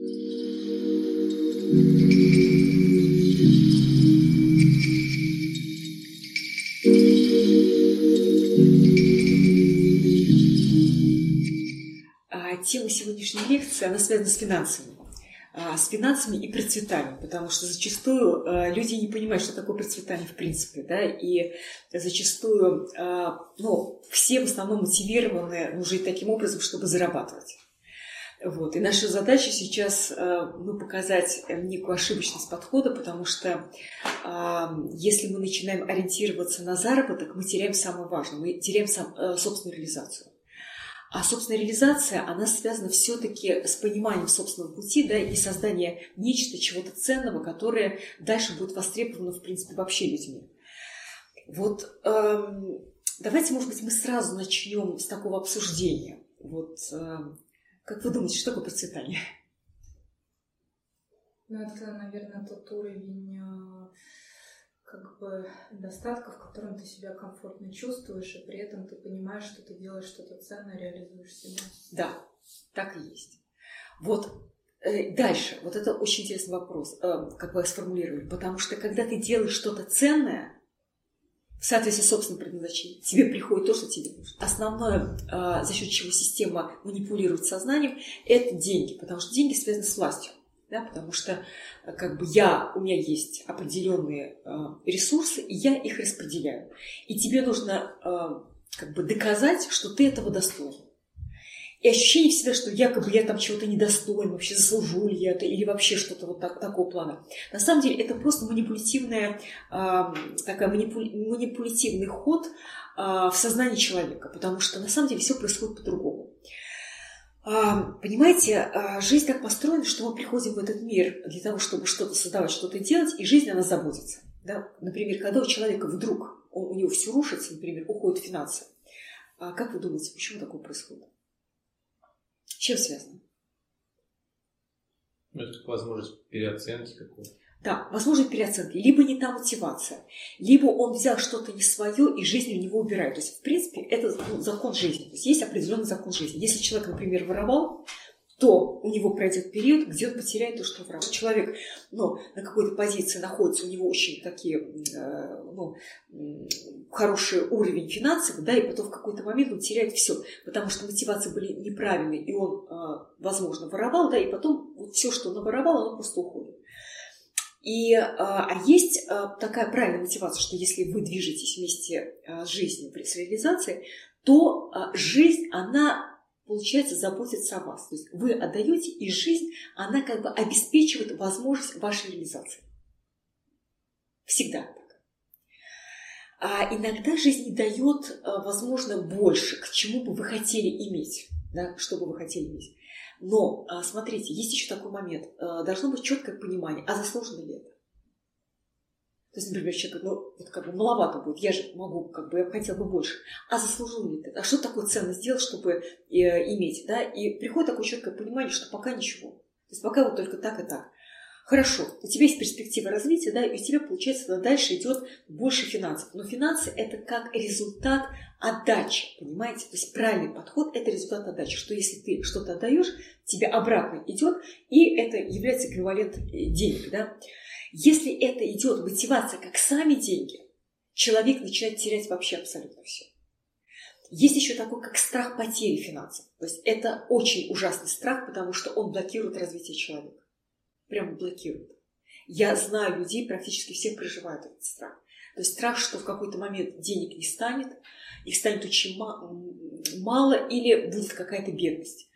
Тема сегодняшней лекции, она связана с финансами и процветанием, потому что зачастую люди не понимают, что такое процветание в принципе, да, и зачастую, все в основном мотивированы жить таким образом, чтобы зарабатывать. Вот. И наша задача сейчас показать некую ошибочность подхода, потому что если мы начинаем ориентироваться на заработок, мы теряем самое важное, мы теряем собственную реализацию. А собственная реализация, она связана все-таки с пониманием собственного пути, да, и созданием нечто, чего-то ценного, которое дальше будет востребовано, в принципе, вообще людьми. Вот давайте, может быть, мы сразу начнем с такого обсуждения. Вот как вы думаете, что такое процветание? Это, наверное, тот уровень достатка, в котором ты себя комфортно чувствуешь, и при этом ты понимаешь, что ты делаешь что-то ценное, реализуешь себя. Да, так и есть. Вот дальше, вот это очень интересный вопрос, как вы сформулировали, потому что когда ты делаешь что-то ценное, в соответствии с собственным предназначением, тебе приходит то, что тебе нужно. Основное, за счет чего система манипулирует сознанием, это деньги, потому что деньги связаны с властью. Да, потому что у меня есть определенные ресурсы, и я их распределяю. И тебе нужно доказать, что ты этого достоин. И ощущение всегда, что якобы я там чего-то недостоин, вообще заслужу ли я это, или вообще что-то вот такого плана. На самом деле это просто манипулятивный ход в сознании человека, потому что на самом деле все происходит по-другому. Понимаете, жизнь так построена, что мы приходим в этот мир для того, чтобы что-то создавать, что-то делать, и жизнь о нас заботится. Да? Например, когда у человека вдруг у него все рушится, например, уходят финансы, как вы думаете, почему такое происходит? С чем связано? Это возможность переоценки какой-то. Да, возможно, переоценки. Либо не та мотивация, либо он взял что-то не свое, и жизнь у него убирает. То есть, в принципе, это закон жизни. То есть определенный закон жизни. Если человек, например, воровал, то у него пройдет период, где он потеряет то, что воровал. Человек на какой-то позиции находится, у него очень хороший уровень финансов, да, и потом в какой-то момент он теряет все, потому что мотивации были неправильные, и он, возможно, воровал, да, и потом вот все, что он наворовал, оно просто уходит. А есть такая правильная мотивация, что если вы движетесь вместе с жизнью, с реализацией, то жизнь, она, получается, заботится о вас. То есть вы отдаете, и жизнь, она обеспечивает возможность вашей реализации. Всегда так. А иногда жизнь не дает, возможно, больше, к чему бы вы хотели иметь, да, что бы вы хотели иметь. Но, смотрите, есть еще такой момент. Должно быть четкое понимание, а заслужено ли это? То есть, например, человек, маловато будет, я же могу, я бы хотела бы больше. А заслужил ли это? А что такое ценно сделать, чтобы иметь? Да? И приходит такое четкое понимание, что пока ничего. То есть, пока вот только так и так. Хорошо, у тебя есть перспектива развития, да, и у тебя, получается, дальше идет больше финансов. Но финансы – это как результат отдачи, понимаете? То есть правильный подход – это результат отдачи, что если ты что-то отдаешь, тебе обратно идет, и это является эквивалентом денег, да. Если это идет мотивация как сами деньги, человек начинает терять вообще абсолютно все. Есть еще такой, как страх потери финансов. То есть это очень ужасный страх, потому что он блокирует развитие человека. Прямо блокирует. Я знаю людей, практически всех проживают этот страх. То есть страх, что в какой-то момент денег не станет, их станет очень мало или будет какая-то бедность.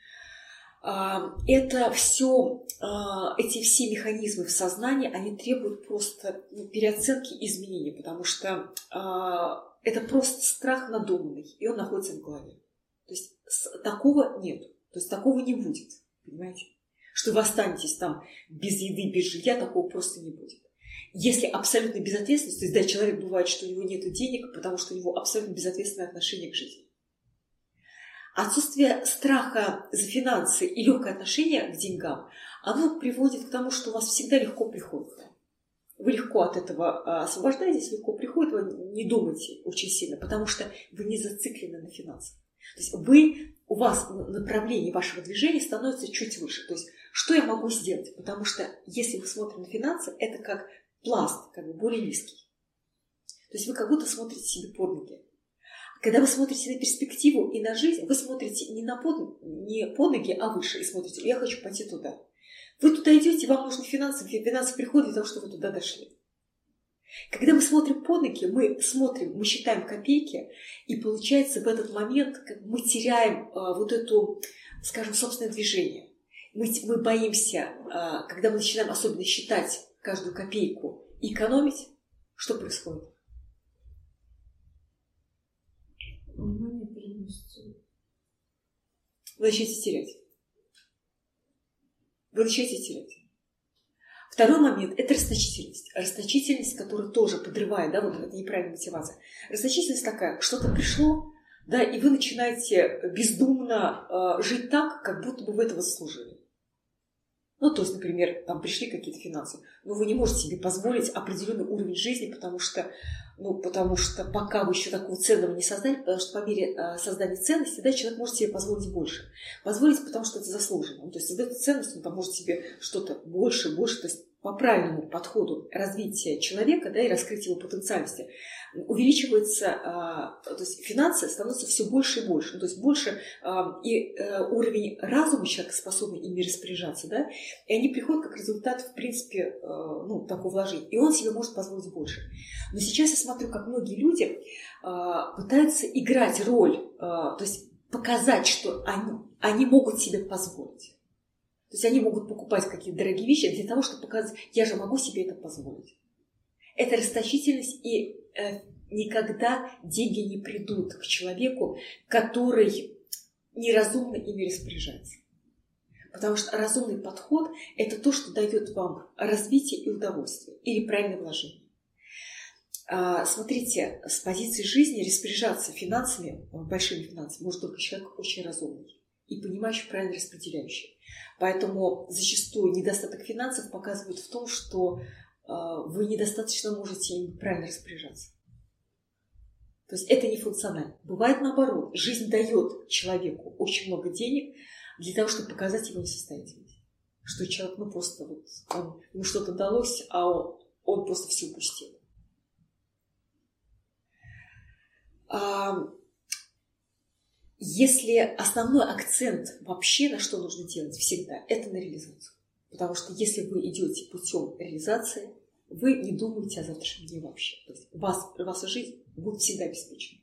Это все, эти все механизмы в сознании, они требуют просто переоценки и изменения, потому что это просто страх надуманный, и он находится в голове. То есть такого нет, то есть такого не будет, понимаете? Что вы останетесь там без еды, без жилья, такого просто не будет. Если абсолютно безответственность, то есть, да, человек бывает, что у него нет денег, потому что у него абсолютно безответственное отношение к жизни. Отсутствие страха за финансы и легкое отношение к деньгам, оно приводит к тому, что у вас всегда легко приходит. Вы легко от этого освобождаетесь, легко приходит, вы не думаете очень сильно, потому что вы не зациклены на финансах. То есть у вас направление вашего движения становится чуть выше. То есть что я могу сделать? Потому что если мы смотрим на финансы, это как пласт, как бы более низкий. То есть вы как будто смотрите себе под ноги. Когда вы смотрите на перспективу и на жизнь, вы смотрите не под ноги, а выше. И смотрите, я хочу пойти туда. Вы туда идете, вам нужны финансы приходят для того, чтобы вы туда дошли. Когда мы смотрим под ноги, мы считаем копейки, и получается в этот момент мы теряем вот эту, скажем, собственное движение. Мы боимся, когда мы начинаем особенно считать каждую копейку и экономить, что происходит? Внимание переносится. Вы начинаете терять. Вы начинаете терять. Второй момент – это расточительность. Расточительность, которая тоже подрывает, да, вот эта неправильная мотивация. Расточительность такая, что-то пришло, да, и вы начинаете бездумно жить так, как будто бы вы этого заслужили. Ну, то есть, например, там пришли какие-то финансы, но вы не можете себе позволить определенный уровень жизни, потому что пока вы еще такого ценного не создали, потому что по мере создания ценности, да, человек может себе позволить больше. Позволить, потому что это заслуженно. Ну, то есть, создать ценность, он там может себе что-то больше, то есть, по правильному подходу развития человека, да, и раскрытия его потенциальности увеличивается, то есть финансы становятся все больше и больше, ну, то есть больше и уровень разума человека способен ими распоряжаться, да, и они приходят как результат, в принципе, такого вложения, и он себе может позволить больше. Но сейчас я смотрю, как многие люди пытаются играть роль, то есть показать, что они могут себе позволить. То есть они могут покупать какие-то дорогие вещи для того, чтобы показать, я же могу себе это позволить. Это расточительность, и никогда деньги не придут к человеку, который неразумно ими распоряжается. Потому что разумный подход – это то, что дает вам развитие и удовольствие, или правильное вложение. Смотрите, с позиции жизни распоряжаться финансами, большими финансами, может только человек очень разумный и понимающий, правильно распределяющий. Поэтому зачастую недостаток финансов показывает в том, что вы недостаточно можете им правильно распоряжаться. То есть это не функционально. Бывает наоборот. Жизнь дает человеку очень много денег для того, чтобы показать его несостоятельность. Что человек, просто ему что-то далось, а он просто все упустил. Если основной акцент вообще на что нужно делать всегда, это на реализацию. Потому что если вы идете путем реализации, вы не думаете о завтрашнем дне вообще. То есть ваша жизнь будет всегда обеспечена.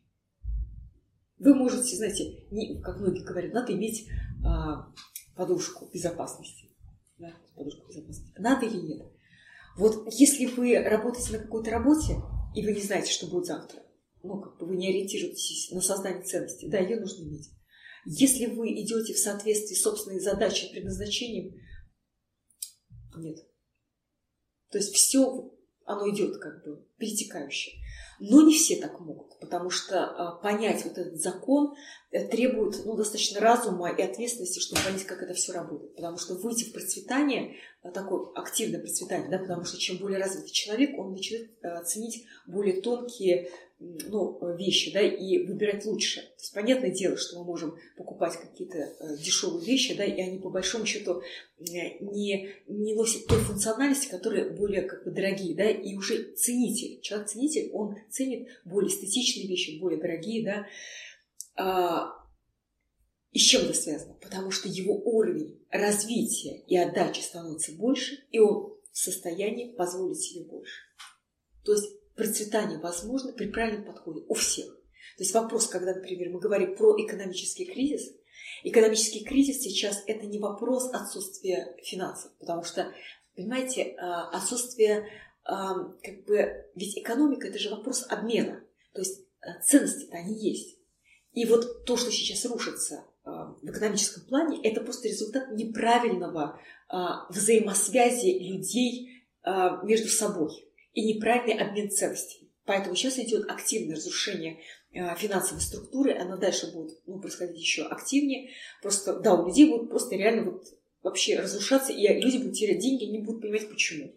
Вы можете, знаете, как многие говорят, надо иметь подушку безопасности. Да, подушку безопасности. Надо или нет? Вот если вы работаете на какой-то работе, и вы не знаете, что будет завтра, вы не ориентируетесь на создание ценности, да, ее нужно иметь. Если вы идете в соответствии с собственной задачей и предназначением, нет. То есть все оно идет перетекающее. Но не все так могут, потому что понять вот этот закон требует достаточно разума и ответственности, чтобы понять, как это все работает. Потому что выйти в процветание, такое активное процветание, да, потому что чем более развитый человек, он начинает ценить более тонкие вещи, да, и выбирать лучше. То есть понятное дело, что мы можем покупать какие-то дешевые вещи, да, и они по большому счету не носят той функциональности, которые более дорогие, да, и уже человек-ценитель, он ценит более эстетичные вещи, более дорогие, да. И с чем это связано? Потому что его уровень развития и отдачи становится больше, и он в состоянии позволить себе больше. То есть процветание возможно при правильном подходе у всех. То есть вопрос, когда, например, мы говорим про экономический кризис сейчас это не вопрос отсутствия финансов, потому что, понимаете, отсутствие, ведь экономика – это же вопрос обмена, то есть ценности-то они есть. И вот то, что сейчас рушится в экономическом плане, это просто результат неправильного взаимосвязи людей между собой и неправильный обмен ценностями. Поэтому сейчас идет активное разрушение финансовой структуры, она дальше будет происходить еще активнее. Просто, да, у людей будут просто реально вообще разрушаться, и люди будут терять деньги, не будут понимать, почему.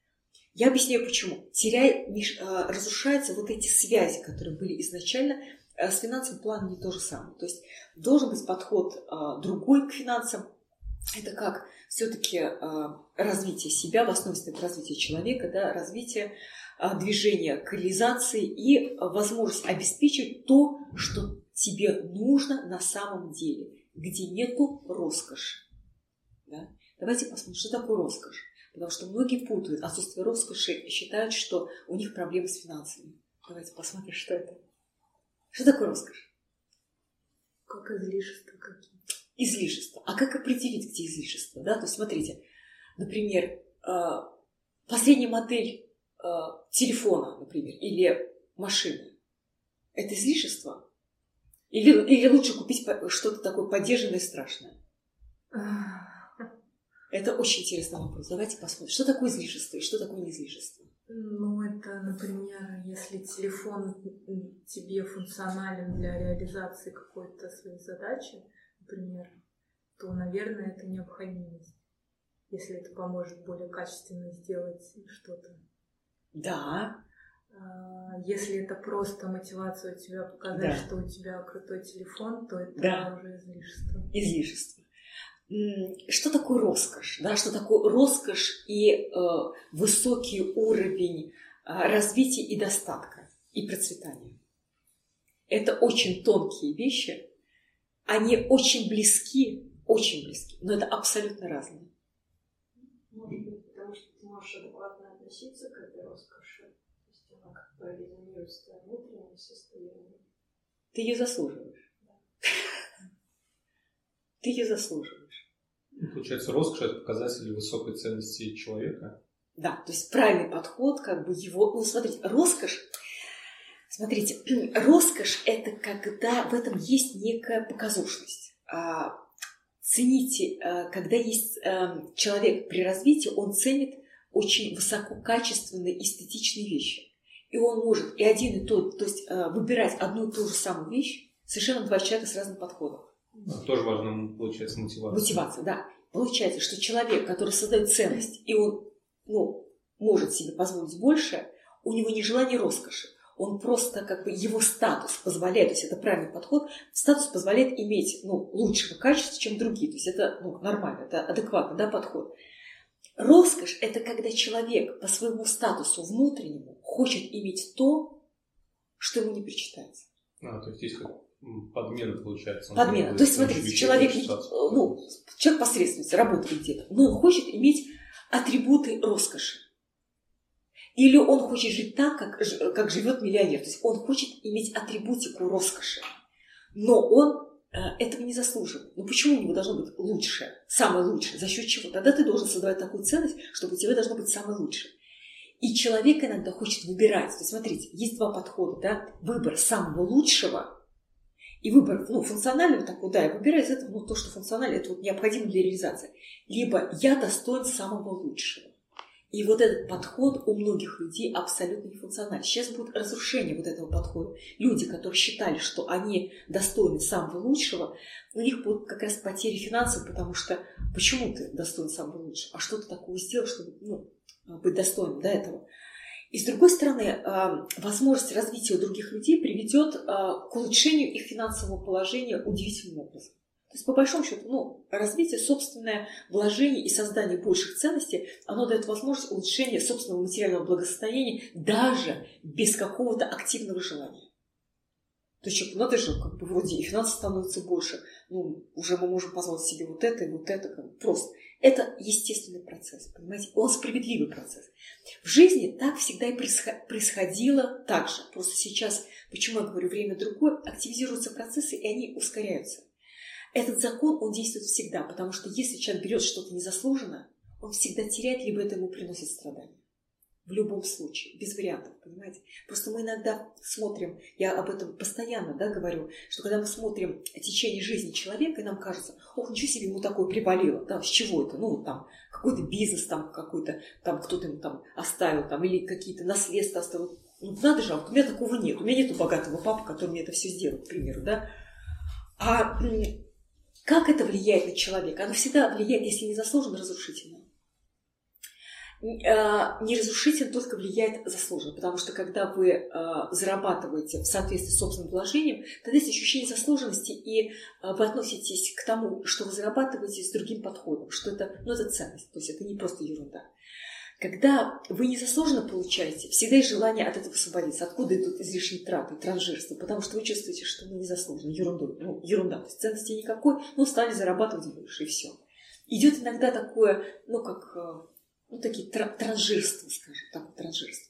Я объясняю, почему. Разрушаются эти связи, которые были изначально с финансовым планом не то же самое. То есть должен быть подход другой к финансам. Это как все-таки развитие себя, в основе стоит развитие человека, да, развитие движения к реализации и возможность обеспечить то, что тебе нужно на самом деле, где нету роскоши. Да? Давайте посмотрим, что такое роскошь. Потому что многие путают отсутствие роскоши и считают, что у них проблемы с финансами. Давайте посмотрим, что это. Что такое роскошь? Как излишества какие-то. Излишества. А как определить, где излишества? Да? То есть, смотрите, например, последняя модель телефона, например, или машины. Это излишество? Или лучше купить что-то такое подержанное и страшное? Это очень интересный вопрос. Давайте посмотрим, что такое излишество и что такое не излишество. Ну, это, например, если телефон тебе функционален для реализации какой-то своей задачи, например, то, наверное, это необходимость, если это поможет более качественно сделать что-то. Да. Если это просто мотивация у тебя показать, что у тебя крутой телефон, то это уже излишество. Излишество. Что такое роскошь? Да? Что такое роскошь и высокий уровень развития и достатка, и процветания? Это очень тонкие вещи. Они очень близки, но это абсолютно разные. Может быть, потому что ты можешь адекватно относиться к этой роскоши. То есть она как бы резонирует с твоим внутренним состоянием. Ты ее заслуживаешь. Ты ее заслуживаешь. Получается, роскошь – это показатель высокой ценности человека. Да, то есть правильный подход, как бы его... Ну, смотрите, роскошь – это когда в этом есть некая показушность. Цените, когда есть человек при развитии, он ценит очень высококачественные эстетичные вещи. И он может и один и тот, то есть выбирать одну и ту же самую вещь, совершенно два человека с разным подходом. Тоже важно, получается, мотивация. Мотивация, да. Получается, что человек, который создает ценность, и он может себе позволить больше, у него не желание роскоши. Он просто, как бы, его статус позволяет, то есть это правильный подход, статус позволяет иметь лучшего качества, чем другие. То есть это нормально, это адекватный, да, подход. Роскошь – это когда человек по своему статусу внутреннему хочет иметь то, что ему не причитается. То есть здесь как подмена получается. Подмена. То есть, смотрите, человек посредственность, работает где-то, но он хочет иметь атрибуты роскоши. Или он хочет жить так, как живет миллионер. То есть он хочет иметь атрибутику роскоши. Но он этого не заслуживает. Ну почему у него должно быть лучшее, самое лучшее? За счет чего? Тогда ты должен создавать такую ценность, чтобы у тебя должно быть самое лучшее. И человек иногда хочет выбирать. То есть, смотрите, есть два подхода. Да? Выбор самого лучшего и выбор функционального такого, да, я выбираю из этого то, что функционально, это необходимо для реализации. Либо я достоин самого лучшего. И вот этот подход у многих людей абсолютно нефункциональный. Сейчас будет разрушение вот этого подхода. Люди, которые считали, что они достойны самого лучшего, у них будет как раз потеря финансов, потому что почему ты достоин самого лучшего? А что ты такого сделал, чтобы быть достойным до этого? И с другой стороны, возможность развития у других людей приведет к улучшению их финансового положения удивительным образом. То есть, по большому счету, развитие, собственное вложение и создание больших ценностей, оно дает возможность улучшения собственного материального благосостояния даже без какого-то активного желания. То есть, человеку надо же, вроде и финансов становится больше, уже мы можем позволить себе вот это и вот это, просто. Это естественный процесс, понимаете? Он справедливый процесс. В жизни так всегда и происходило так же. Просто сейчас, почему я говорю, время другое, активизируются процессы, и они ускоряются. Этот закон, он действует всегда, потому что если человек берет что-то незаслуженное, он всегда теряет, либо это ему приносит страдания. В любом случае, без вариантов, понимаете? Просто мы иногда смотрим, я об этом постоянно говорю, что когда мы смотрим течение жизни человека, и нам кажется, ничего себе ему такое привалило, с чего это? Какой-то бизнес какой-то, кто-то ему оставил, или какие-то наследства оставил. Надо же, у меня такого нет. У меня нету богатого папы, который мне это все сделал, к примеру, да? А как это влияет на человека? Оно всегда влияет, если незаслуженно, разрушительно. неразрушительно только влияет заслуженно, потому что когда вы зарабатываете в соответствии с собственным вложением, тогда есть ощущение заслуженности, и вы относитесь к тому, что вы зарабатываете, с другим подходом, что это, это ценность, то есть это не просто ерунда. Когда вы незаслуженно получаете, всегда есть желание от этого освободиться. Откуда идут излишние траты, транжирство? Потому что вы чувствуете, что незаслуженно, ерунда, то есть ценности никакой, стали зарабатывать больше, и все. Идет иногда такое, такие транжирства, скажем так, транжирства.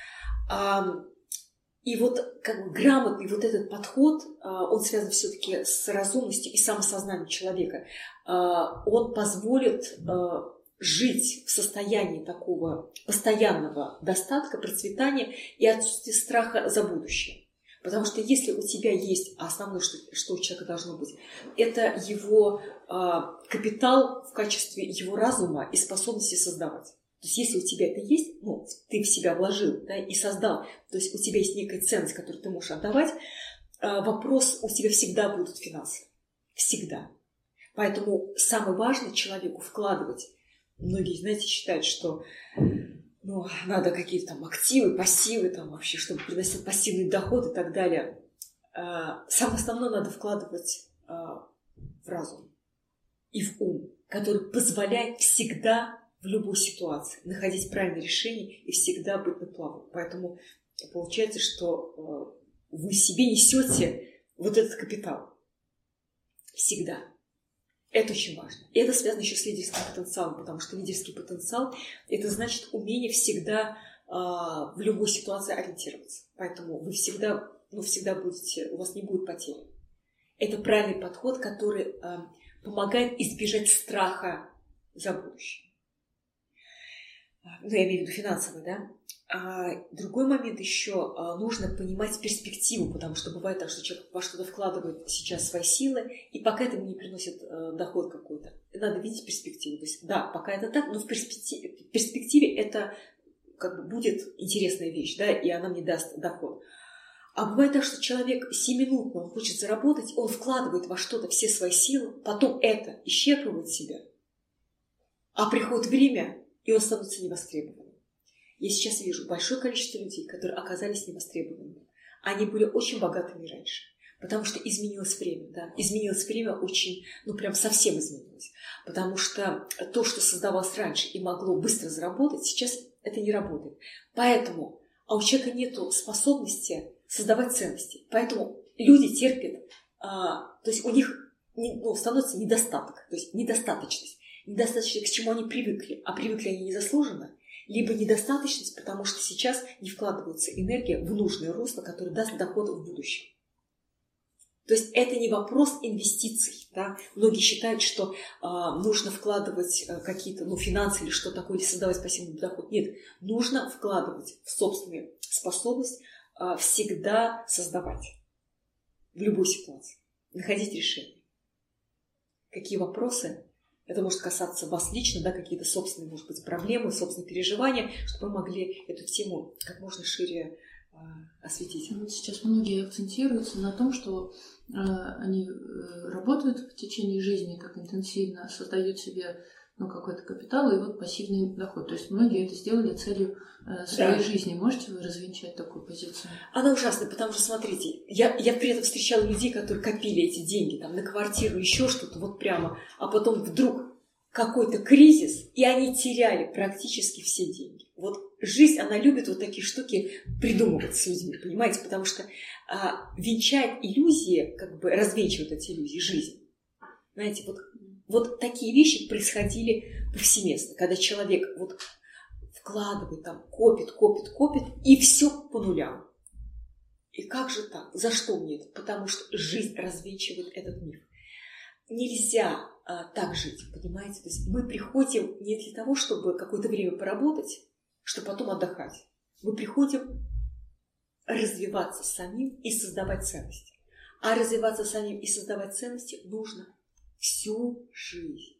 И грамотный этот подход, он связан все-таки с разумностью и самосознанием человека. Он позволит жить в состоянии такого постоянного достатка, процветания и отсутствия страха за будущее. Потому что если у тебя есть, основное, что у человека должно быть, это его капитал в качестве его разума и способности создавать. То есть если у тебя это есть, ты в себя вложил, да, и создал, то есть у тебя есть некая ценность, которую ты можешь отдавать, вопрос, у тебя всегда будут финансы. Всегда. Поэтому самое важное человеку вкладывать. Многие, знаете, считают, что надо какие-то там активы, пассивы, там вообще, чтобы приносить пассивный доход и так далее. Самое основное надо вкладывать в разум и в ум, который позволяет всегда в любой ситуации находить правильное решение и всегда быть на плаву. Поэтому получается, что вы себе несете этот капитал. Всегда. Это очень важно. И это связано еще с лидерским потенциалом, потому что лидерский потенциал – это значит умение всегда в любой ситуации ориентироваться. Поэтому вы всегда будете, у вас не будет потери. Это правильный подход, который помогает избежать страха за будущее. Я имею в виду финансовый, да? Другой момент еще, нужно понимать перспективу, потому что бывает так, что человек во что-то вкладывает сейчас свои силы, и пока это не приносит доход какой-то. Надо видеть перспективу. То есть, да, пока это так, но в перспективе это будет интересная вещь, да, и она мне даст доход. А бывает так, что человек сиюминутно, он хочет заработать, он вкладывает во что-то все свои силы, потом это исчерпывает себя, а приходит время, и он становится невостребованным. Я сейчас вижу большое количество людей, которые оказались невостребованными. Они были очень богатыми раньше, потому что изменилось время, да, изменилось время очень, прям совсем изменилось, потому что то, что создавалось раньше и могло быстро заработать, сейчас это не работает. Поэтому, у человека нет способности создавать ценности, поэтому люди терпят, то есть у них становится недостаток, то есть недостаточность, к чему они привыкли, а привыкли они незаслуженно, либо недостаточность, потому что сейчас не вкладывается энергия в нужное русло, которое даст доход в будущем. То есть это не вопрос инвестиций. Да? Многие считают, что нужно вкладывать какие-то финансы или что такое, или создавать пассивный доход. Нет, нужно вкладывать в собственную способность всегда создавать в любой ситуации, находить решение. Какие вопросы? Это может касаться вас лично, да, какие-то собственные, может быть, проблемы, собственные переживания, чтобы вы могли эту тему как можно шире осветить. Сейчас многие акцентируются на том, что они работают в течение жизни так интенсивно, создают себе какой-то капитал и пассивный доход. То есть многие это сделали целью своей жизни. Можете вы развенчать такую позицию? Она ужасная, потому что, смотрите, я при этом встречала людей, которые копили эти деньги там, на квартиру, еще что-то, прямо, а потом вдруг какой-то кризис, и они теряли практически все деньги. Жизнь, она любит такие штуки придумывать с людьми, понимаете, потому что венчает иллюзии, развенчивает эти иллюзии жизнь. Знаете, такие вещи происходили повсеместно, когда человек вкладывает, копит, и все по нулям. И как же так? За что мне это? Потому что жизнь развенчивает этот миф. Нельзя так жить, понимаете? То есть мы приходим не для того, чтобы какое-то время поработать, чтобы потом отдыхать. Мы приходим развиваться самим и создавать ценности. А развиваться самим и создавать ценности нужно всю жизнь.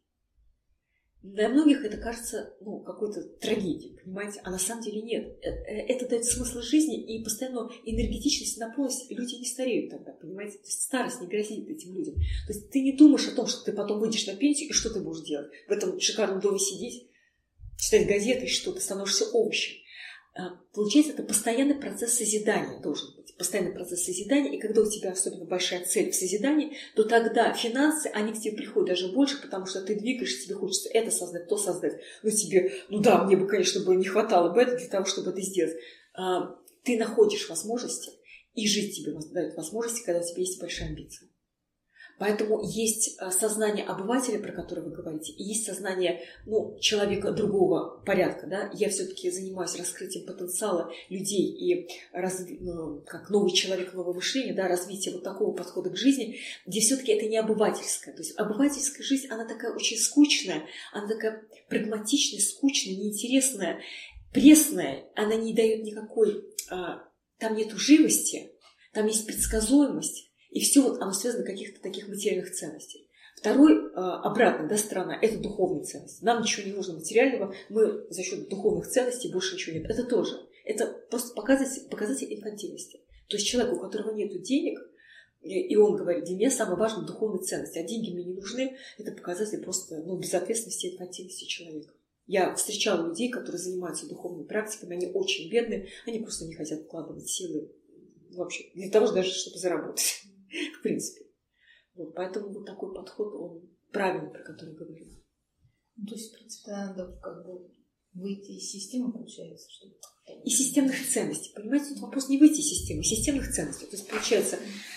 Для многих это кажется какой-то трагедией, понимаете? А на самом деле нет. Это дает смысл жизни и постоянно энергетичность, наполненность. Люди не стареют тогда, понимаете? То есть старость не грозит этим людям. То есть ты не думаешь о том, что ты потом выйдешь на пенсию и что ты будешь делать? В этом шикарном доме сидеть? читать газеты, что ты становишься овощем. Получается, это постоянный процесс созидания должен быть. Постоянный процесс созидания. И когда у тебя особенно большая цель в созидании, то тогда финансы, они к тебе приходят даже больше, потому что ты двигаешься, тебе хочется это создать, то создать. Ну да, мне бы, конечно, не хватало бы это для того, чтобы это сделать. Ты находишь возможности, и жизнь тебе дает возможности, когда у тебя есть большая амбиция. Поэтому есть сознание обывателя, про которое вы говорите, и есть сознание человека другого порядка. Да? Я все-таки занимаюсь раскрытием потенциала людей и как новый человек, новое мышление, да, развитие вот такого подхода к жизни, где все-таки это не обывательское. То есть обывательская жизнь, она такая очень скучная, она такая прагматичная, скучная, неинтересная, пресная, она не дает никакой, там нету живости, там есть предсказуемость. И все вот оно связано с каких-то таких материальных ценностей. Второй, обратная, да, сторона, это духовные ценности. Нам ничего не нужно материального, мы за счет духовных ценностей больше ничего нет. Это тоже. Это просто показатель инфантильности. То есть человек, у которого нет денег, и он говорит, для меня самое важное духовные ценности, а деньги мне не нужны, это показатель просто безответственности и инфантильности человека. Я встречала людей, которые занимаются духовными практиками, они очень бедные, они просто не хотят вкладывать силы вообще для того, даже чтобы заработать. В принципе. Вот, поэтому вот такой подход, он правильный, про который говорю. То есть, в принципе, надо как бы выйти из системы, получается, что... И системных ценностей. Понимаете, тут вопрос не выйти из системы, системных ценностей. То есть, получается,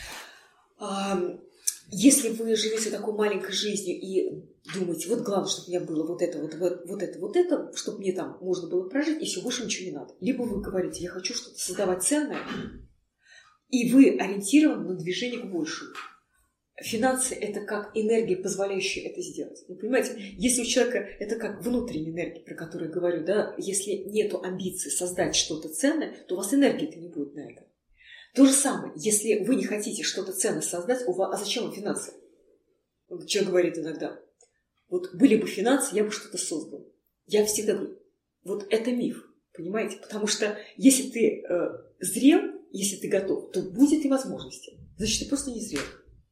если вы живете такой маленькой жизнью и думаете, вот главное, чтобы у меня было вот это, чтобы мне там можно было прожить, и все, больше ничего не надо. Либо вы говорите, я хочу что-то создавать ценное, и вы ориентированы на движение к большему. Финансы – это как энергия, позволяющая это сделать. Вы понимаете, если у человека это как внутренняя энергия, про которую я говорю, да, если нету амбиции создать что-то ценное, то у вас энергии-то не будет на это. То же самое, если вы не хотите что-то ценное создать, а зачем вам финансы? Человек говорит иногда, вот были бы финансы, я бы что-то создал. Я всегда говорю, вот это миф, понимаете? Потому что если ты зрел, если ты готов, то будет и возможности. Значит, ты просто не зрел.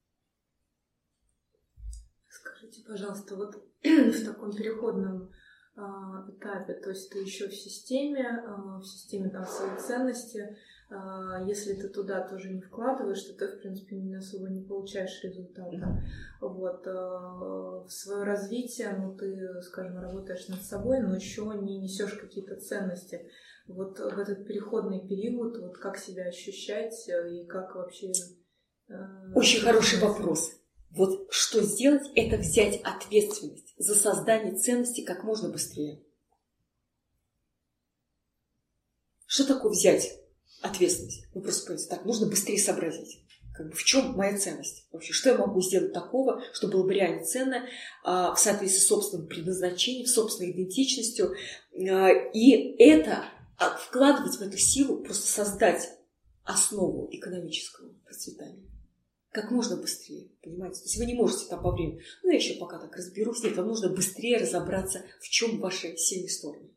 Скажите, пожалуйста, вот в таком переходном этапе, то есть ты еще в системе там своей ценности, если ты туда тоже не вкладываешь, то ты, в принципе, особо не получаешь результата. Вот. В свое развитие, ты, скажем, работаешь над собой, но еще не несешь какие-то ценности. Вот в этот переходный период, вот как себя ощущать и как вообще... Очень хороший вопрос. Вот что сделать, это взять ответственность за создание ценностей как можно быстрее. Что такое взять ответственность? Вы просто понимаете, так, нужно быстрее сообразить. В чем моя ценность? Вообще, что я могу сделать такого, что было бы реально ценно в соответствии с собственным предназначением, с собственной идентичностью. И это вкладывать в эту силу, просто создать основу экономического процветания. Как можно быстрее, понимаете? То есть вы не можете там по времени, я еще пока так разберусь. Нет, вам нужно быстрее разобраться, в чем ваши сильные стороны.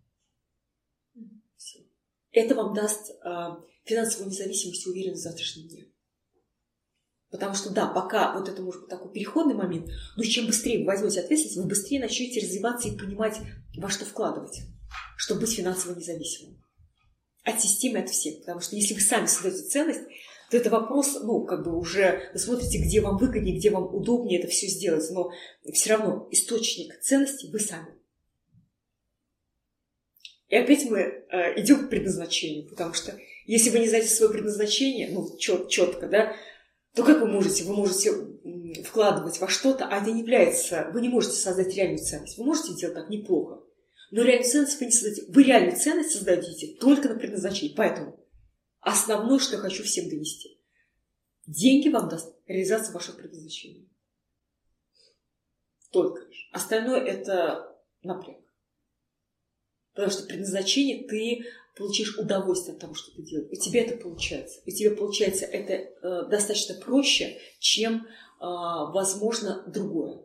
Все. Это вам даст финансовую независимость и уверенность в завтрашнем дне. Потому что, да, пока вот это может быть такой переходный момент, но чем быстрее вы возьмете ответственность, вы быстрее начнете развиваться и понимать, во что вкладывать, чтобы быть финансово независимым. От системы, от всех. Потому что если вы сами создаете ценность, то это вопрос, уже вы смотрите, где вам выгоднее, где вам удобнее это все сделать, но все равно источник ценностей вы сами. И опять мы идем к предназначению, потому что если вы не знаете свое предназначение, четко, да, то как вы можете? Вы можете вкладывать во что-то, а это не является, вы не можете создать реальную ценность. Вы можете делать так неплохо, но реальную ценность вы не создаете. Вы реальную ценность создадите только на предназначении. Поэтому основное, что я хочу всем донести. Деньги вам даст реализация вашего предназначения. Только лишь. Остальное это напряг. Потому что предназначение ты получишь удовольствие от того, что ты делаешь. У тебя это получается. У тебя получается это достаточно проще, чем, возможно, другое.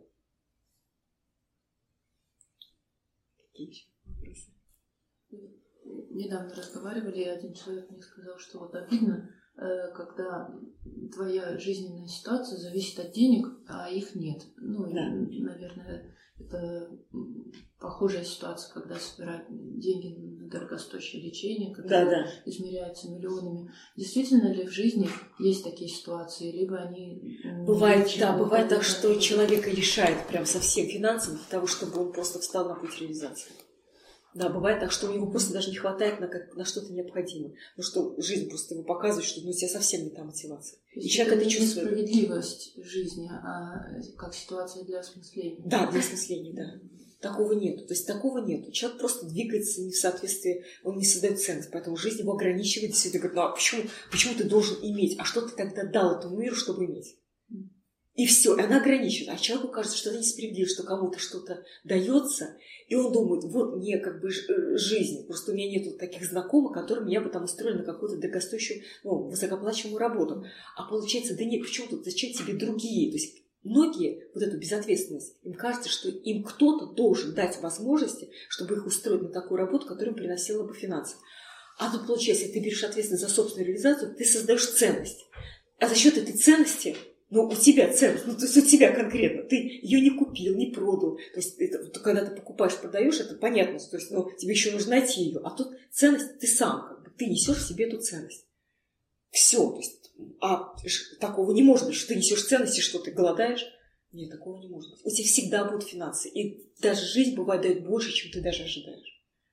Какие еще вопросы? Недавно разговаривали, и один человек мне сказал, что вот обидно, когда твоя жизненная ситуация зависит от денег, а их нет. Да. Наверное, Это похожая ситуация, когда собирают деньги на дорогостоящее лечение, которые измеряются миллионами. Действительно ли в жизни есть такие ситуации, либо они... Бывает так, что человека лишает прям совсем финансов для того, чтобы он просто встал на путь реализации. Да, бывает так, что у него просто даже не хватает на что-то необходимое. Ну что жизнь просто ему показывает, что у тебя совсем не та мотивация. И человек это чувствует. Несправедливость жизни, а как ситуация для осмысления. Да, для осмысления, да. Такого нету. То есть такого нету. Человек просто двигается не в соответствии, он не создает ценность. Поэтому жизнь его ограничивает. Действительно говорит, ну а почему ты должен иметь? А что ты тогда дал этому миру, чтобы иметь? И все, и она ограничена. А человеку кажется, что это несправедливо, что кому-то что-то дается, и он думает, вот мне как бы жизнь, просто у меня нету таких знакомых, которые меня бы там устроили на какую-то дорогостоящую, высокоплачиваемую работу. А получается, да нет, почему тут, зачем тебе другие? То есть многие, вот эту безответственность, им кажется, что им кто-то должен дать возможности, чтобы их устроить на такую работу, которая им приносила бы финансы. А тут получается, если ты берешь ответственность за собственную реализацию, ты создаешь ценность. А за счет этой ценности... Но у тебя ценность, то есть у тебя конкретно, ты ее не купил, не продал. То есть когда ты покупаешь, продаешь, это понятно, то есть тебе еще нужно найти ее. А тут ценность ты сам, как бы, ты несешь в себе эту ценность. Все, то есть, такого не может быть, что ты несешь ценность и что ты голодаешь. Нет, такого не может быть. У тебя всегда будут финансы. И даже жизнь бывает дает больше, чем ты даже ожидаешь.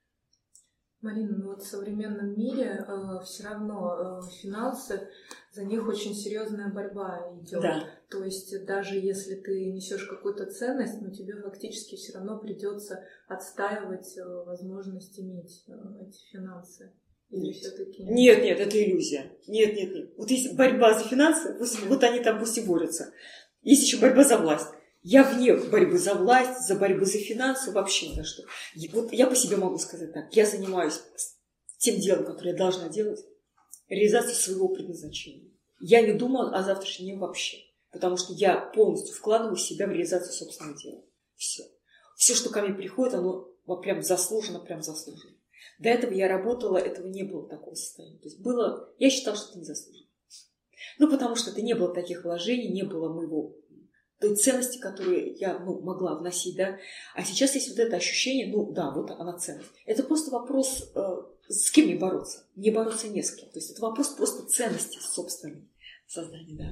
Марина, в современном мире все равно финансы, за них очень серьезная борьба идет. Да. То есть даже если ты несешь какую-то ценность, но тебе фактически все равно придется отстаивать возможность иметь эти финансы. Или все-таки нет, это иллюзия. Нет. Вот есть борьба за финансы, вот они там пусть и борются. Есть еще борьба за власть. Я вне борьбы за власть, за борьбу за финансы, вообще ни за что. Вот я по себе могу сказать так. Я занимаюсь тем делом, которое я должна делать, реализацией своего предназначения. Я не думаю о завтрашнем дне вообще. Потому что я полностью вкладываю себя в реализацию собственного дела. Все. Все, что ко мне приходит, оно прям заслуженно. До этого я работала, этого не было такого состояния. То есть я считала, что это не заслуженно. Потому что это не было таких вложений, не было моего той ценности, которую я могла вносить, да. А сейчас есть вот это ощущение, вот она ценность. Это просто вопрос, с кем мне бороться. Не бороться не с кем. То есть это вопрос просто ценности собственной создания, да.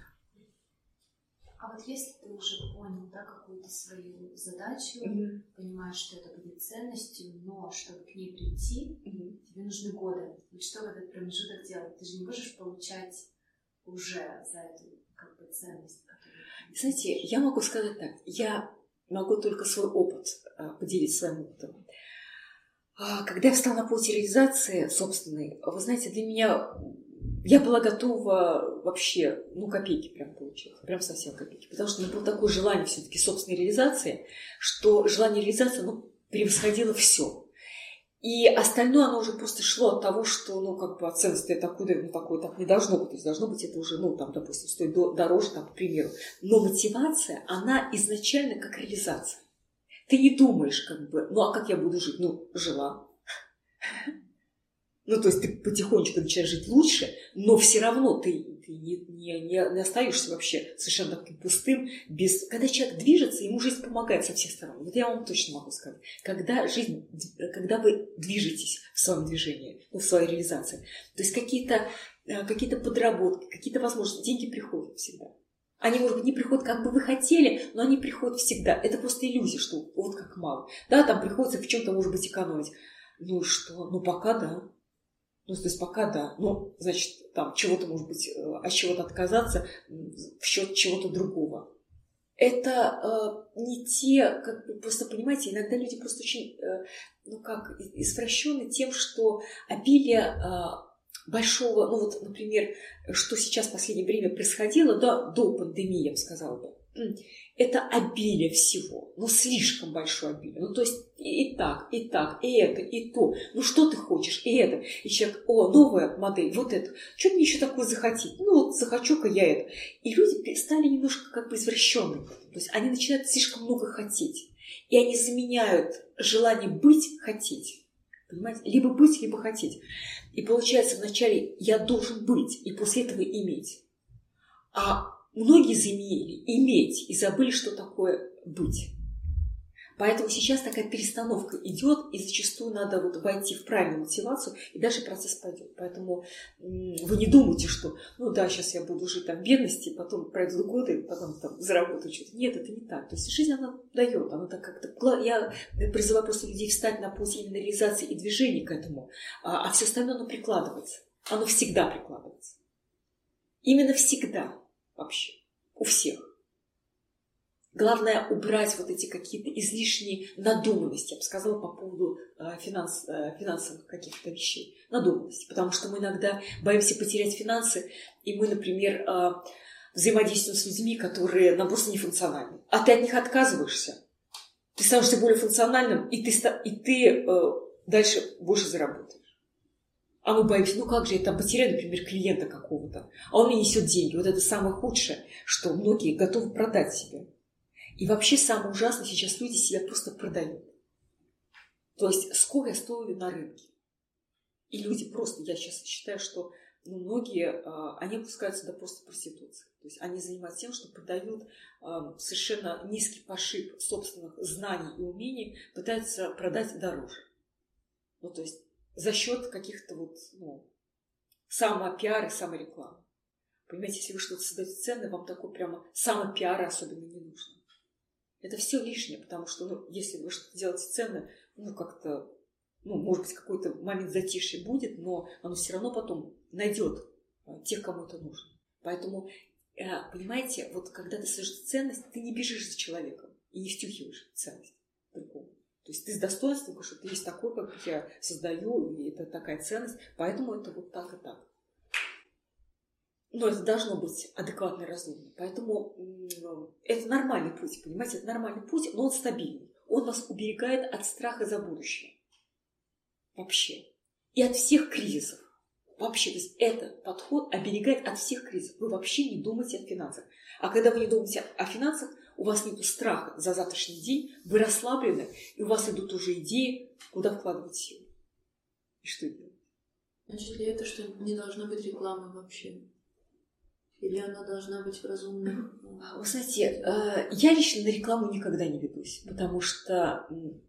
А вот если ты уже понял, какую-то свою задачу, понимаешь, что это будет ценностью, но чтобы к ней прийти, тебе нужны годы. И что в этот промежуток делать? Ты же не можешь получать уже за эту ценность. Знаете, я могу сказать так. Я могу только свой опыт поделиться своим опытом. Когда я встала на путь реализации собственной, вы знаете, для меня... Я была готова вообще, копейки прям получать. Прям совсем копейки. Потому что у меня было такое желание все-таки собственной реализации, что желание реализации, превосходило все. И остальное, оно уже просто шло от того, что, от ценности такое так не должно быть. То есть должно быть это уже, допустим, стоит дороже, к примеру. Но мотивация, она изначально как реализация. Ты не думаешь, а как я буду жить? Жила. То есть ты потихонечку начинаешь жить лучше, но все равно ты не остаешься вообще совершенно таким пустым. Когда человек движется, ему жизнь помогает со всех сторон. Вот я вам точно могу сказать. Когда вы движетесь в своем движении, в своей реализации, то есть какие-то подработки, какие-то возможности, деньги приходят всегда. Они, может быть, не приходят, как бы вы хотели, но они приходят всегда. Это просто иллюзия, что вот как мало. Да, там приходится в чем-то, может быть, экономить. Пока да. То есть пока да. Значит, там чего-то, может быть, от чего-то отказаться в счет чего-то другого. Это не те, просто понимаете, иногда люди просто очень, извращены тем, что обилие большого, например, что сейчас в последнее время происходило, до пандемии, я бы сказала бы, это обилие всего, слишком большое обилие. То есть и так, и это, и то. Что ты хочешь, и это. И человек, новая модель, вот это. Что мне еще такое захотеть? Захочу-ка я это. И люди стали немножко извращенными. То есть они начинают слишком много хотеть. И они заменяют желание быть, хотеть. Понимаете? Либо быть, либо хотеть. И получается, вначале я должен быть, и после этого иметь. А многие заменили иметь и забыли, что такое быть. Поэтому сейчас такая перестановка идет, и зачастую надо вот войти в правильную мотивацию, и дальше процесс пойдет. Поэтому вы не думайте, что, ну да, сейчас я буду жить там в бедности, потом пройдут годы, потом там заработаю что-то. Нет, это не так. То есть жизнь, она дает, она так как-то... Я призываю просто людей встать на путь именно реализации и движения к этому, а все остальное, оно прикладывается. Оно всегда прикладывается. Именно всегда вообще. У всех. Главное убрать вот эти какие-то излишние надуманности, я бы сказала, по поводу финансовых каких-то вещей. Надуманности. Потому что мы иногда боимся потерять финансы, и мы, например, взаимодействуем с людьми, которые нам просто нефункциональны. А ты от них отказываешься. Ты становишься более функциональным, и ты дальше больше заработаешь. А мы боимся, ну как же я там потеряю, например, клиента какого-то, а он мне несет деньги. Вот это самое худшее, что многие готовы продать себя. И вообще самое ужасное, сейчас люди себя просто продают. То есть сколько я стою на рынке. И люди просто, я сейчас считаю, что многие, они опускаются до просто проституции. То есть они занимаются тем, что продают совершенно низкий пошиб собственных знаний и умений, пытаются продать дороже. Ну то есть за счет каких-то вот, самопиара и саморекламы. Понимаете, если вы что-то создаете ценное, вам такой прямо самопиара особенно не нужно. Это все лишнее, потому что, если вы что-то делаете ценное, как-то, может быть, какой-то момент затишья будет, но оно все равно потом найдет тех, кому это нужно. Поэтому, понимаете, вот когда ты создаешь ценность, ты не бежишь за человеком и не втюхиваешь ценность другому. То есть ты с достоинством говоришь, что ты есть такой, как я создаю, и это такая ценность, поэтому это вот так и так. Но это должно быть адекватно и разумно. Поэтому это нормальный путь, понимаете, это нормальный путь, но он стабильный. Он вас уберегает от страха за будущее. Вообще. И от всех кризисов. Вообще, то есть этот подход оберегает от всех кризисов. Вы вообще не думаете о финансах. А когда вы не думаете о финансах, у вас нет страха за завтрашний день, вы расслаблены, и у вас идут уже идеи, куда вкладывать силы. И что делать? Значит ли это, что не должно быть рекламы вообще? Или она должна быть в разумных? Вы знаете, я лично на рекламу никогда не ведусь, потому что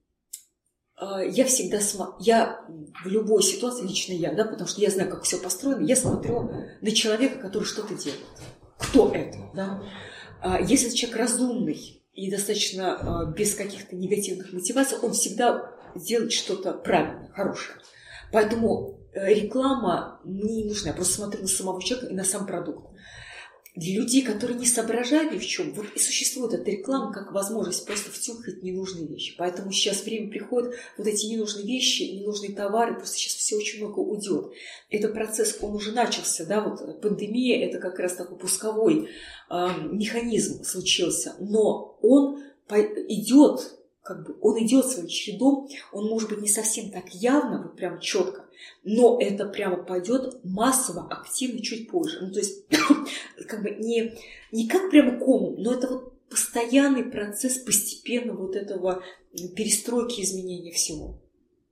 я всегда я в любой ситуации, лично я, потому что я знаю, как все построено, я смотрю на человека, который что-то делает. Кто это? Да? Если человек разумный и достаточно без каких-то негативных мотиваций, он всегда делает что-то правильное, хорошее. Поэтому реклама мне не нужна. Я просто смотрю на самого человека и на сам продукт. Для людей, которые не соображают ни в чем, вот и существует эта реклама как возможность просто втюхать ненужные вещи. Поэтому сейчас время приходит, вот эти ненужные вещи, ненужные товары, просто сейчас все очень много уйдет. Этот процесс, он уже начался, да, вот пандемия, это как раз такой пусковой механизм случился, но он идет, он идет своим чередом, он может быть не совсем так явно, вот прям четко, но это прямо пойдет массово, активно чуть позже. То есть не как прямо комом, но это вот постоянный процесс постепенно вот этого перестройки, изменения всего.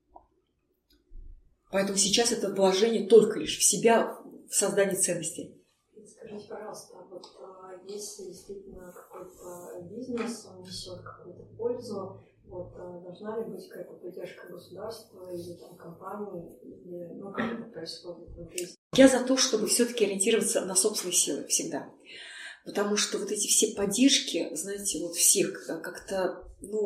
Поэтому сейчас это вложение только лишь в себя, в создание ценностей. Скажите, пожалуйста, вот если действительно какой-то бизнес, он несет какую-то пользу, вот должна ли быть какая-то поддержка государства или там компании, или как это происходит в жизни? Я за то, чтобы все-таки ориентироваться на собственные силы всегда. Потому что вот эти все поддержки, знаете, вот всех как-то,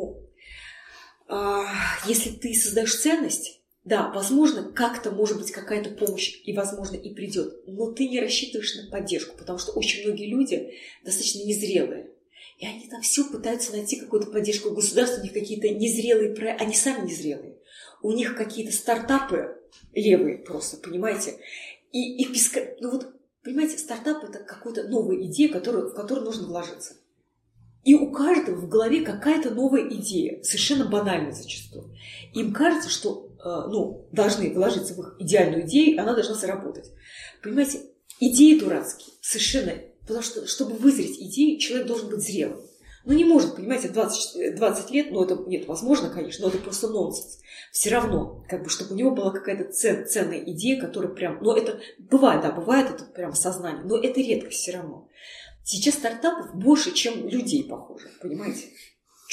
если ты создаешь ценность, да, возможно, как-то может быть какая-то помощь, и, возможно, и придет, но ты не рассчитываешь на поддержку, потому что очень многие люди достаточно незрелые. И они там все пытаются найти какую-то поддержку государства, у них какие-то незрелые проекты, они сами незрелые. У них какие-то стартапы левые просто, понимаете? И понимаете, стартап – это какая-то новая идея, в которую нужно вложиться. И у каждого в голове какая-то новая идея, совершенно банальная зачастую. Им кажется, что должны вложиться в их идеальную идею, она должна заработать. Понимаете, идеи дурацкие, совершенно. Потому что, чтобы вызреть идею, человек должен быть зрелым. Не может, понимаете, 20 лет, это нет, возможно, конечно, но это просто нонсенс. Все равно, чтобы у него была какая-то ценная идея, которая прям, это бывает, да, бывает это прям сознание, но это редко все равно. Сейчас стартапов больше, чем людей, похоже, понимаете?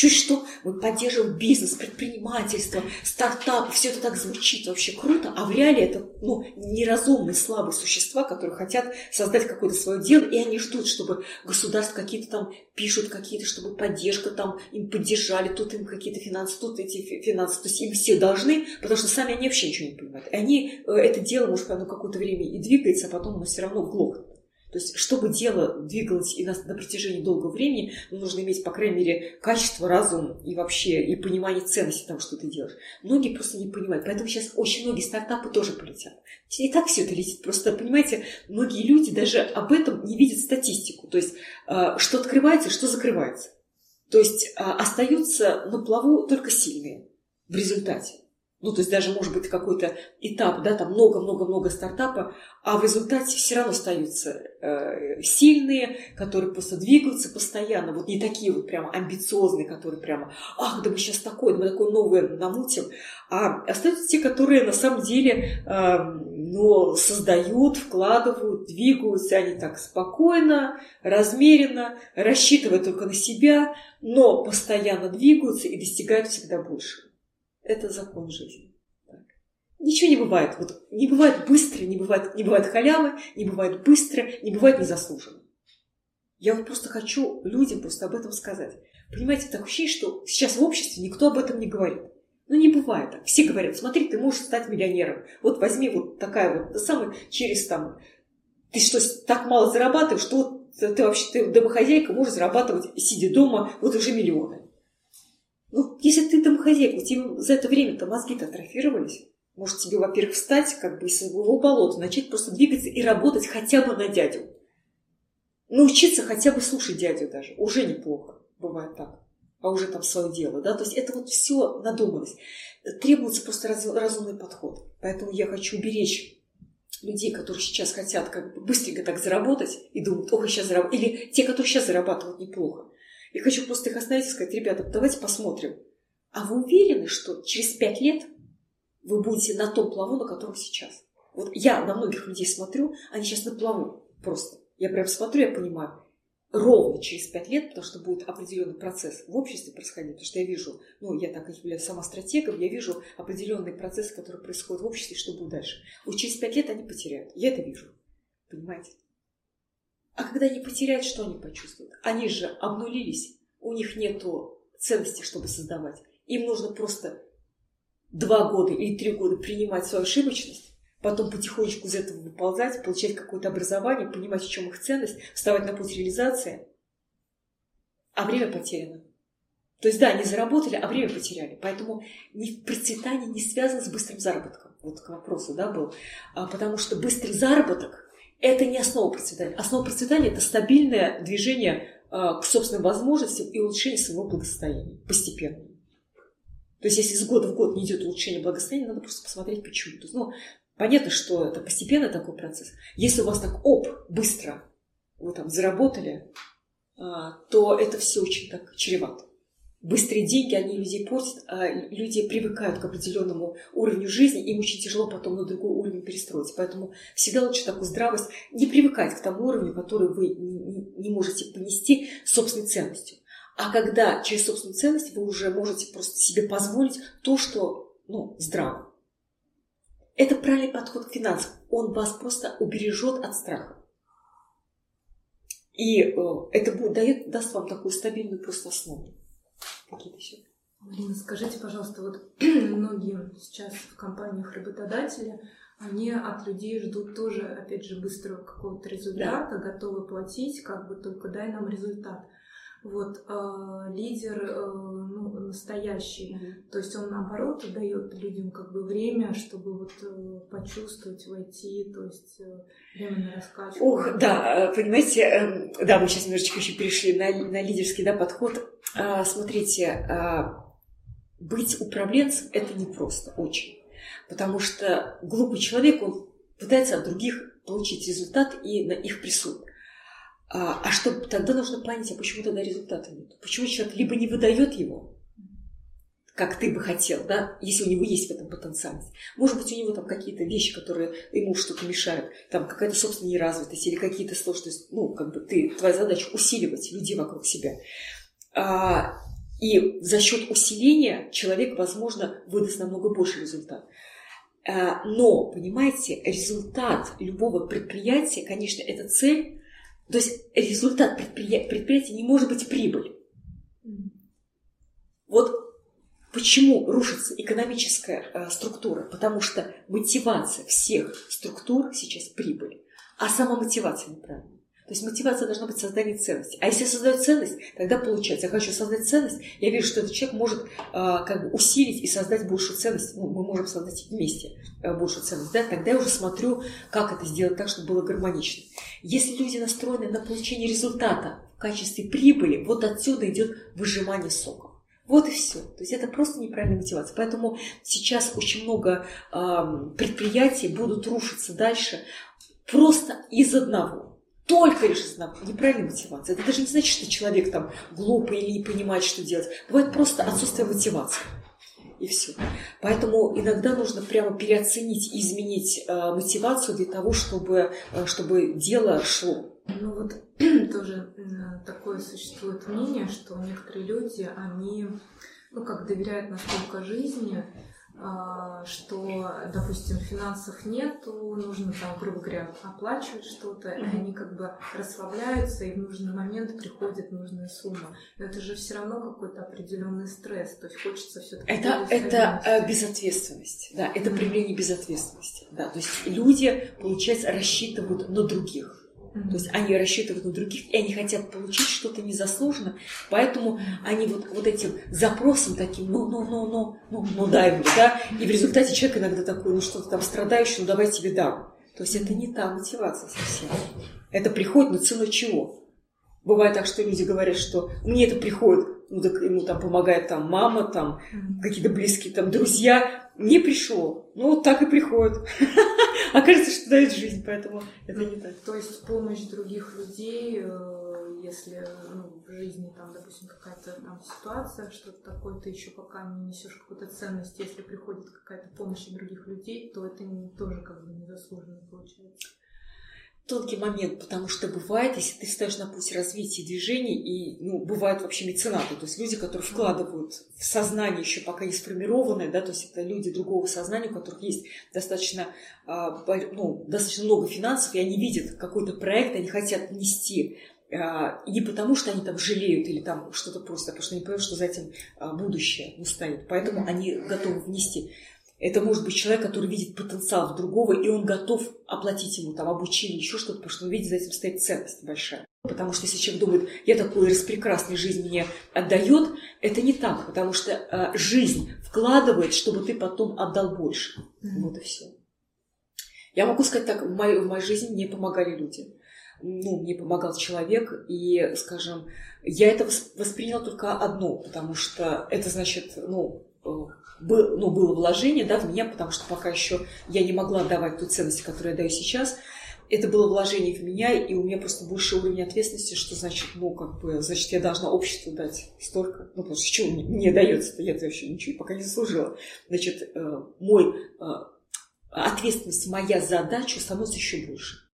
Чуть что мы поддерживаем бизнес, предпринимательство, стартапы, все это так звучит вообще круто, а в реале это неразумные, слабые существа, которые хотят создать какое-то свое дело, и они ждут, чтобы государство какие-то там пишут, какие-то, чтобы поддержка там им поддержали, тут им какие-то финансы, тут эти финансы, то есть им все должны, потому что сами они вообще ничего не понимают. И они это дело, может, оно какое-то время и двигается, а потом оно все равно глохнет. То есть, чтобы дело двигалось и на протяжении долгого времени, нужно иметь, по крайней мере, качество, разум и вообще и понимание ценности того, что ты делаешь. Многие просто не понимают. Поэтому сейчас очень многие стартапы тоже полетят. И так все это летит. Просто, понимаете, многие люди даже об этом не видят статистику. То есть, что открывается, что закрывается. То есть, остаются на плаву только сильные в результате. То есть даже может быть какой-то этап, да, там много-много-много стартапа, а в результате все равно остаются сильные, которые просто двигаются постоянно, вот не такие вот прямо амбициозные, которые прямо, ах, да мы сейчас такое новое намутим, а остаются те, которые на самом деле создают, вкладывают, двигаются, они так спокойно, размеренно, рассчитывая только на себя, но постоянно двигаются и достигают всегда больше. Это закон жизни. Так. Ничего не бывает. Вот не бывает быстро, не бывает халявы, не бывает быстро, не бывает незаслуженно. Я вот просто хочу людям просто об этом сказать. Понимаете, такое ощущение, что сейчас в обществе никто об этом не говорит. Не бывает так. Все говорят, смотри, ты можешь стать миллионером. Вот возьми вот такая вот, самый через там, ты что, так мало зарабатываешь, что ты вообще домохозяйка можешь зарабатывать, сидя дома, вот уже миллионы. Если ты домохозяйка, у тебя за это время-то мозги-то атрофировались. Может, тебе, во-первых, встать из своего болота, начать просто двигаться и работать хотя бы на дядю. Научиться хотя бы слушать дядю даже. Уже неплохо. Бывает так. А уже там свое дело. Да? То есть это вот все надуманность. Требуется просто разумный подход. Поэтому я хочу уберечь людей, которые сейчас хотят быстренько так заработать и думают, ох, сейчас заработаю. Или те, которые сейчас зарабатывают неплохо. Я хочу просто их остановить и сказать, ребята, давайте посмотрим. А вы уверены, что через 5 лет вы будете на том плаву, на котором сейчас? Вот я на многих людей смотрю, они сейчас на плаву просто. Я прям смотрю, я понимаю, ровно через 5 лет, потому что будет определенный процесс в обществе происходить, потому что я вижу, я так являюсь сама стратегом, я вижу определенные процессы, которые происходят в обществе, что будет дальше. Вот через 5 лет они потеряют. Я это вижу. Понимаете? А когда они потеряют, что они почувствуют? Они же обнулились, у них нету ценности, чтобы создавать. Им нужно просто 2 года или 3 года принимать свою ошибочность, потом потихонечку из этого выползать, получать какое-то образование, понимать, в чем их ценность, вставать на путь реализации, а время потеряно. То есть, да, они заработали, а время потеряли. Поэтому процветание не связано с быстрым заработком. Вот к вопросу, да, был. Потому что быстрый заработок – это не основа процветания. Основа процветания – это стабильное движение к собственным возможностям и улучшение своего благосостояния постепенно. То есть, если из года в год не идет улучшение благосостояния, надо просто посмотреть, почему. То есть, понятно, что это постепенный такой процесс. Если у вас так быстро вы там заработали, то это все очень так чревато. Быстрые деньги, они людей портят, а люди привыкают к определенному уровню жизни, им очень тяжело потом на другой уровень перестроиться. Поэтому всегда лучше такую здравость не привыкать к тому уровню, который вы не можете понести собственной ценностью. А когда через собственную ценность вы уже можете просто себе позволить то, что здраво. Это правильный подход к финансам. Он вас просто убережет от страха. И это даст вам такую стабильную просто основу. Какие-то еще. Марина, скажите, пожалуйста, вот многие сейчас в компаниях работодатели, они от людей ждут тоже, опять же, быстрого какого-то результата, да. Готовы платить, только дай нам результат. Вот лидер настоящий, то есть он наоборот дает людям время, чтобы почувствовать, войти, то есть время на раскачку. Ох, да, понимаете, да, мы сейчас немножечко еще перешли на лидерский подход. Смотрите, быть управленцем – это непросто, очень. Потому что глупый человек, он пытается от других получить результат и на их присутствие. А что тогда нужно понять, почему тогда результата нет? Почему человек либо не выдает его, как ты бы хотел, да, если у него есть в этом потенциальность. Может быть, у него там какие-то вещи, которые ему что-то мешают, там какая-то собственная неразвитость или какие-то сложности. Твоя задача усиливать людей вокруг себя. И за счет усиления человек, возможно, выдаст намного больше результат. Но, понимаете, результат любого предприятия, конечно, это цель. То есть результат предприятия не может быть прибыль. Вот почему рушится экономическая структура? Потому что мотивация всех структур сейчас прибыль, а сама мотивация неправильная. То есть мотивация должна быть создание ценности. А если создать ценность, тогда получается, я хочу создать ценность, я вижу, что этот человек может как бы усилить и создать большую ценность. Ну, мы можем создать вместе большую ценность. Да? Тогда я уже смотрю, как это сделать так, чтобы было гармонично. Если люди настроены на получение результата в качестве прибыли, вот отсюда идет выжимание соков. Вот и все. То есть это просто неправильная мотивация. Поэтому сейчас очень много предприятий будут рушиться дальше просто из одного. Только лишь из одного. Неправильная мотивация. Это даже не значит, что человек там глупый или не понимает, что делать. Бывает просто отсутствие мотивации. И все. Поэтому иногда нужно прямо переоценить и изменить мотивацию для того, чтобы дело шло. Ну вот тоже такое существует мнение, что некоторые люди, они, как доверяют настолько жизни, что, допустим, финансов нету, нужно там, грубо говоря, оплачивать что-то, и они как бы расслабляются, и в нужный момент приходит нужная сумма. Но это же все равно какой-то определенный стресс, то есть хочется все-таки... Это безответственность, да, это проявление безответственности, да, то есть люди, получается, рассчитывают на других. То есть они рассчитывают на других, и они хотят получить что-то незаслуженно, поэтому они вот этим запросом таким, дай мне, да, и в результате человек иногда такой, что-то там страдающий, давай тебе дам. То есть это не та мотивация совсем. Это приходит на цену чего? Бывает так, что люди говорят, что мне это приходит, так ему там помогает там мама, там какие-то близкие там друзья, не пришло, вот так и приходит. Окажется, что дает жизнь, поэтому это не так. То есть помощь других людей, если в жизни там, допустим, какая-то там ситуация, что-то такое, ты еще пока не несешь какую-то ценность, если приходит какая-то помощь от других людей, то это тоже как бы незаслуженно получается. Тонкий момент, потому что бывает, если ты встаешь на путь развития движений, и бывают вообще меценаты, то есть люди, которые вкладывают в сознание еще пока не сформированное, да, то есть это люди другого сознания, у которых есть достаточно много финансов, и они видят какой-то проект, они хотят внести, и не потому, что они там жалеют или там что-то просят, а потому что они понимают, что за этим будущее стоит, поэтому они готовы внести. Это может быть человек, который видит потенциал в другого, и он готов оплатить ему там обучение, еще что-то, потому что он видит, за этим стоит ценность большая. Потому что если человек думает, я такой распрекрасный, жизнь мне отдает, это не так, потому что жизнь вкладывает, чтобы ты потом отдал больше. Вот и все. Я могу сказать так, в моей жизни мне помогали люди. Мне помогал человек, и, скажем, я это восприняла только одно, потому что это значит, было вложение, да, в меня, потому что пока еще я не могла давать ту ценность, которую я даю сейчас. Это было вложение в меня, и у меня просто больше уровень ответственности, что значит, значит, я должна обществу дать столько. Потому что чего мне дается-то, я-то еще ничего пока не заслужила. Значит, ответственность, моя задача становится еще больше.